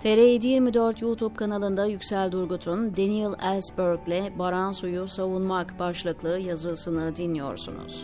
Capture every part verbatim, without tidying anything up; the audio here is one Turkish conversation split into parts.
T R yedi yirmi dört YouTube kanalında Yüksel Durgut'un Daniel Ellsberg'le Baransu'yu savunmak başlıklı yazısını dinliyorsunuz.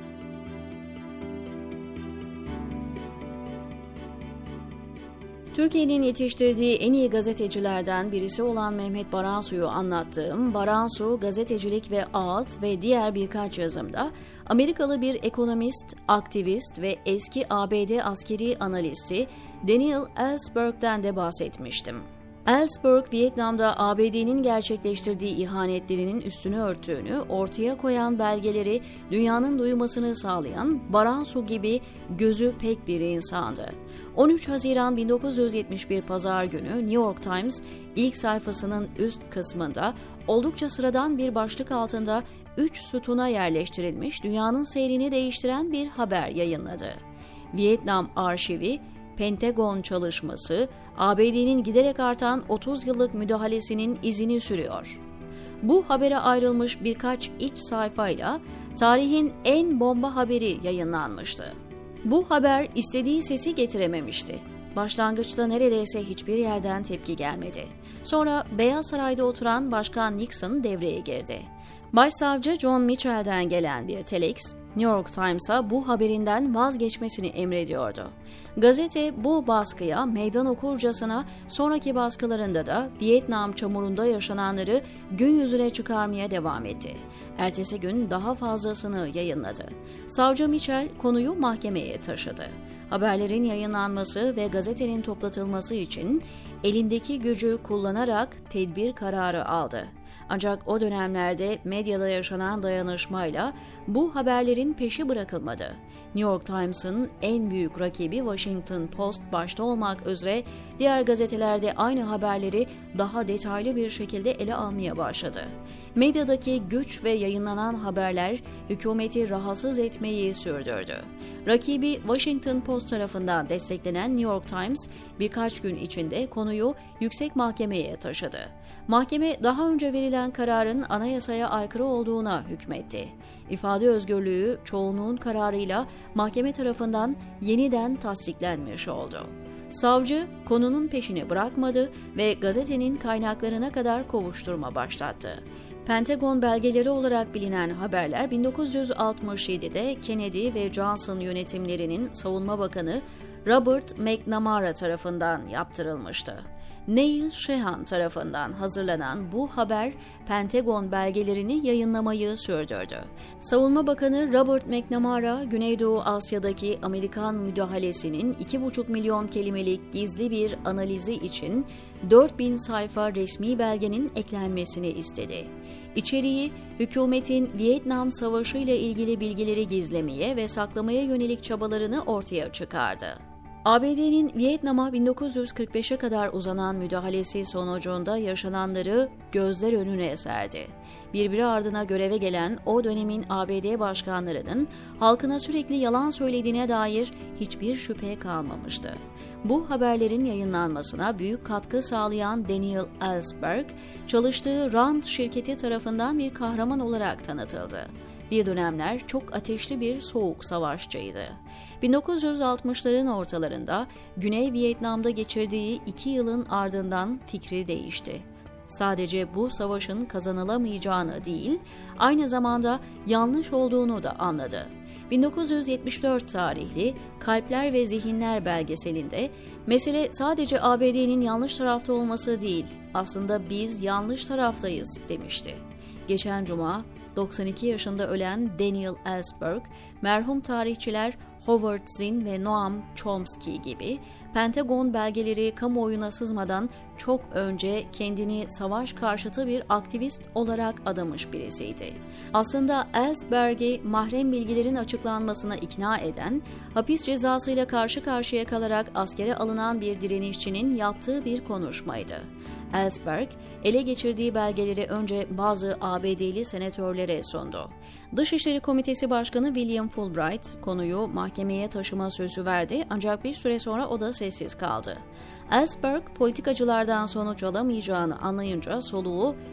Türkiye'nin yetiştirdiği en iyi gazetecilerden birisi olan Mehmet Baransu'yu anlattığım Baransu, Gazetecilik ve Ağıt ve diğer birkaç yazımda Amerikalı bir ekonomist, aktivist ve eski A B D askeri analisti Daniel Ellsberg'den de bahsetmiştim. Ellsberg, Vietnam'da A B D'nin gerçekleştirdiği ihanetlerinin üstünü örttüğünü ortaya koyan belgeleri dünyanın duymasını sağlayan Baransu gibi gözü pek bir insandı. on üç Haziran bin dokuz yüz yetmiş bir Pazar günü New York Times ilk sayfasının üst kısmında oldukça sıradan bir başlık altında üç sütuna yerleştirilmiş dünyanın seyrini değiştiren bir haber yayınladı. Vietnam arşivi, Pentagon çalışması, A B D'nin giderek artan otuz yıllık müdahalesinin izini sürüyor. Bu habere ayrılmış birkaç iç sayfayla tarihin en bomba haberi yayınlanmıştı. Bu haber istediği sesi getirememişti. Başlangıçta neredeyse hiçbir yerden tepki gelmedi. Sonra Beyaz Saray'da oturan Başkan Nixon devreye girdi. Başsavcı John Mitchell'den gelen bir telex, New York Times'a bu haberinden vazgeçmesini emrediyordu. Gazete bu baskıya meydan okurcasına sonraki baskılarında da Vietnam çamurunda yaşananları gün yüzüne çıkarmaya devam etti. Ertesi gün daha fazlasını yayınladı. Savcı Mitchell konuyu mahkemeye taşıdı. Haberlerin yayınlanması ve gazetenin toplatılması için elindeki gücü kullanarak tedbir kararı aldı. Ancak o dönemlerde medyada yaşanan dayanışmayla bu haberlerin peşi bırakılmadı. New York Times'ın en büyük rakibi Washington Post başta olmak üzere diğer gazetelerde aynı haberleri daha detaylı bir şekilde ele almaya başladı. Medyadaki güç ve yayınlanan haberler hükümeti rahatsız etmeyi sürdürdü. Rakibi Washington Post tarafından desteklenen New York Times birkaç gün içinde konuyu yüksek mahkemeye taşıdı. Mahkeme daha önce verilen kararın anayasaya aykırı olduğuna hükmetti. İfade özgürlüğü çoğunluğun kararıyla mahkeme tarafından yeniden tasdiklenmiş oldu. Savcı konunun peşini bırakmadı ve gazetenin kaynaklarına kadar kovuşturma başlattı. Pentagon belgeleri olarak bilinen haberler bin dokuz yüz altmış yedide Kennedy ve Johnson yönetimlerinin savunma bakanı Robert McNamara tarafından yaptırılmıştı. Neil Sheehan tarafından hazırlanan bu haber Pentagon belgelerini yayınlamayı sürdürdü. Savunma Bakanı Robert McNamara, Güneydoğu Asya'daki Amerikan müdahalesinin iki buçuk milyon kelimelik gizli bir analizi için dört bin sayfa resmi belgenin eklenmesini istedi. İçeriği, hükümetin Vietnam Savaşı ile ilgili bilgileri gizlemeye ve saklamaya yönelik çabalarını ortaya çıkardı. A B D'nin Vietnam'a bin dokuz yüz kırk beşe kadar uzanan müdahalesi sonucunda yaşananları gözler önüne serdi. Birbiri ardına göreve gelen o dönemin A B D başkanlarının halkına sürekli yalan söylediğine dair hiçbir şüphe kalmamıştı. Bu haberlerin yayınlanmasına büyük katkı sağlayan Daniel Ellsberg, çalıştığı Rand şirketi tarafından bir kahraman olarak tanıtıldı. Bir dönemler çok ateşli bir soğuk savaşçıydı. bin dokuz yüz altmışların ortalarında Güney Vietnam'da geçirdiği iki yılın ardından fikri değişti. Sadece bu savaşın kazanılamayacağını değil, aynı zamanda yanlış olduğunu da anladı. bin dokuz yüz yetmiş dört tarihli Kalpler ve Zihinler belgeselinde mesele sadece A B D'nin yanlış tarafta olması değil, aslında biz yanlış taraftayız demişti. Geçen cuma doksan iki yaşında ölen Daniel Ellsberg, merhum tarihçiler Howard Zinn ve Noam Chomsky gibi Pentagon belgeleri kamuoyuna sızmadan çok önce kendini savaş karşıtı bir aktivist olarak adamış birisiydi. Aslında Ellsberg'i mahrem bilgilerin açıklanmasına ikna eden, hapis cezasıyla karşı karşıya kalarak askere alınan bir direnişçinin yaptığı bir konuşmaydı. Ellsberg, ele geçirdiği belgeleri önce bazı A B D'li senatörlere sundu. Dışişleri Komitesi Başkanı William Fulbright konuyu mahkemeye taşıma sözü verdi ancak bir süre sonra o da sessiz kaldı. Ellsberg politikacılardan sonuç alamayacağını anlayınca soluğu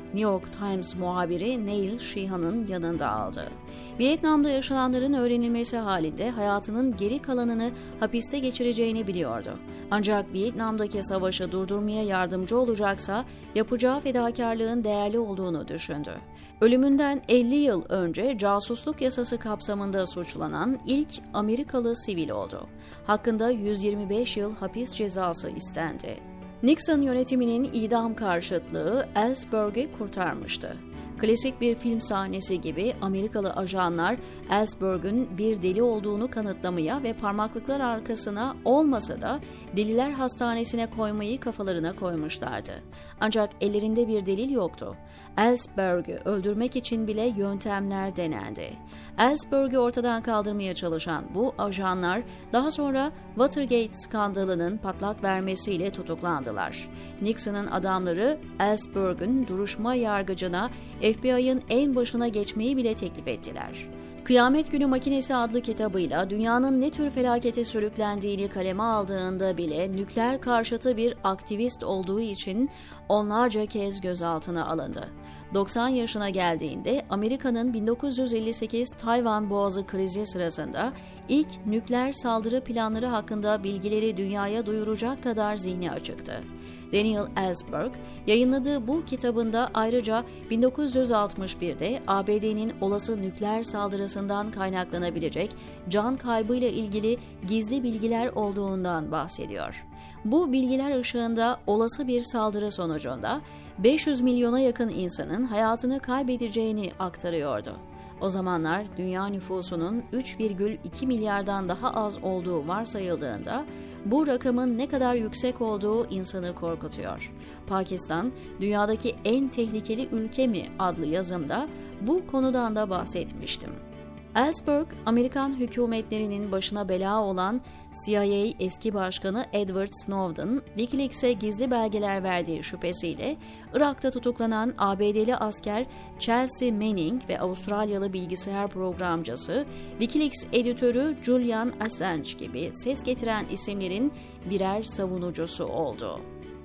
New York Times muhabiri Neil Sheehan'ın yanında aldı. Vietnam'da yaşananların öğrenilmesi halinde hayatının geri kalanını hapiste geçireceğini biliyordu. Ancak Vietnam'daki savaşı durdurmaya yardımcı olacaksa yapacağı fedakarlığın değerli olduğunu düşündü. Ölümünden elli yıl önce casusluk yasası kapsamında suçlanan ilk Amerikalı sivil oldu. Hakkında yüz yirmi beş yıl hapis cezası istendi. Nixon yönetiminin idam karşıtlığı Ellsberg'i kurtarmıştı. Klasik bir film sahnesi gibi Amerikalı ajanlar Ellsberg'ün bir deli olduğunu kanıtlamaya ve parmaklıklar arkasına olmasa da deliler hastanesine koymayı kafalarına koymuşlardı. Ancak ellerinde bir delil yoktu. Ellsberg'ü öldürmek için bile yöntemler denendi. Ellsberg'ü ortadan kaldırmaya çalışan bu ajanlar daha sonra Watergate skandalının patlak vermesiyle tutuklandılar. Nixon'ın adamları Ellsberg'ün duruşma yargıcına F B I'ın en başına geçmeyi bile teklif ettiler. Kıyamet Günü Makinesi adlı kitabıyla dünyanın ne tür felakete sürüklendiğini kaleme aldığında bile nükleer karşıtı bir aktivist olduğu için onlarca kez gözaltına alındı. doksan yaşına geldiğinde Amerika'nın bin dokuz yüz elli sekiz Tayvan Boğazı krizi sırasında ilk nükleer saldırı planları hakkında bilgileri dünyaya duyuracak kadar zihni açıktı. Daniel Ellsberg yayınladığı bu kitabında ayrıca bin dokuz yüz altmış birde A B D'nin olası nükleer saldırısından kaynaklanabilecek can kaybıyla ilgili gizli bilgiler olduğundan bahsediyor. Bu bilgiler ışığında olası bir saldırı sonucunda beş yüz milyona yakın insanın hayatını kaybedeceğini aktarıyordu. O zamanlar dünya nüfusunun üç virgül iki milyardan daha az olduğu varsayıldığında bu rakamın ne kadar yüksek olduğu insanı korkutuyor. Pakistan, dünyadaki en tehlikeli ülke mi adlı yazımda bu konudan da bahsetmiştim. Ellsberg, Amerikan hükümetlerinin başına bela olan C I A eski başkanı Edward Snowden, WikiLeaks'e gizli belgeler verdiği şüphesiyle Irak'ta tutuklanan A B D'li asker Chelsea Manning ve Avustralyalı bilgisayar programcısı, WikiLeaks editörü Julian Assange gibi ses getiren isimlerin birer savunucusu oldu.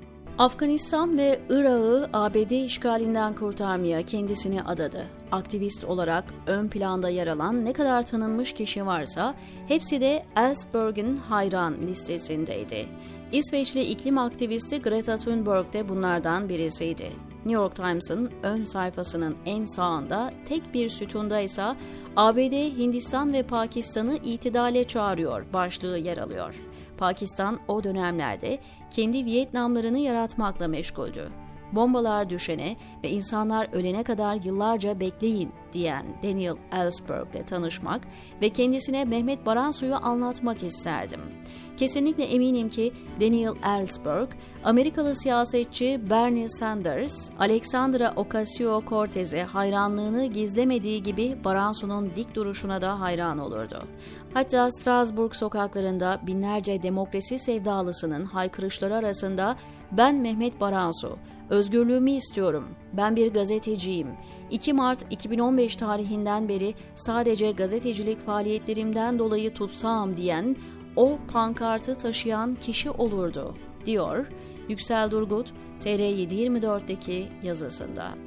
Afganistan ve Irak'ı A B D işgalinden kurtarmaya kendisini adadı. Aktivist olarak ön planda yer alan ne kadar tanınmış kişi varsa hepsi de Ellsberg'in hayran listesindeydi. İsveçli iklim aktivisti Greta Thunberg de bunlardan birisiydi. New York Times'ın ön sayfasının en sağında tek bir sütunda ise A B D, Hindistan ve Pakistan'ı itidale çağırıyor başlığı yer alıyor. Pakistan o dönemlerde kendi Vietnamlarını yaratmakla meşguldü. Bombalar düşene ve insanlar ölene kadar yıllarca bekleyin diyen Daniel Ellsberg'le tanışmak ve kendisine Mehmet Baransu'yu anlatmak isterdim. Kesinlikle eminim ki Daniel Ellsberg, Amerikalı siyasetçi Bernie Sanders, Alexandra Ocasio-Cortez'e hayranlığını gizlemediği gibi Baransu'nun dik duruşuna da hayran olurdu. Hatta Strasbourg sokaklarında binlerce demokrasi sevdalısının haykırışları arasında "Ben Mehmet Baransu, özgürlüğümü istiyorum, ben bir gazeteciyim, iki Mart iki bin on beş tarihinden beri sadece gazetecilik faaliyetlerimden dolayı tutsağım" diyen o pankartı taşıyan kişi olurdu, diyor Yüksel Durgut T R yedi yirmi dört'teki yazısında.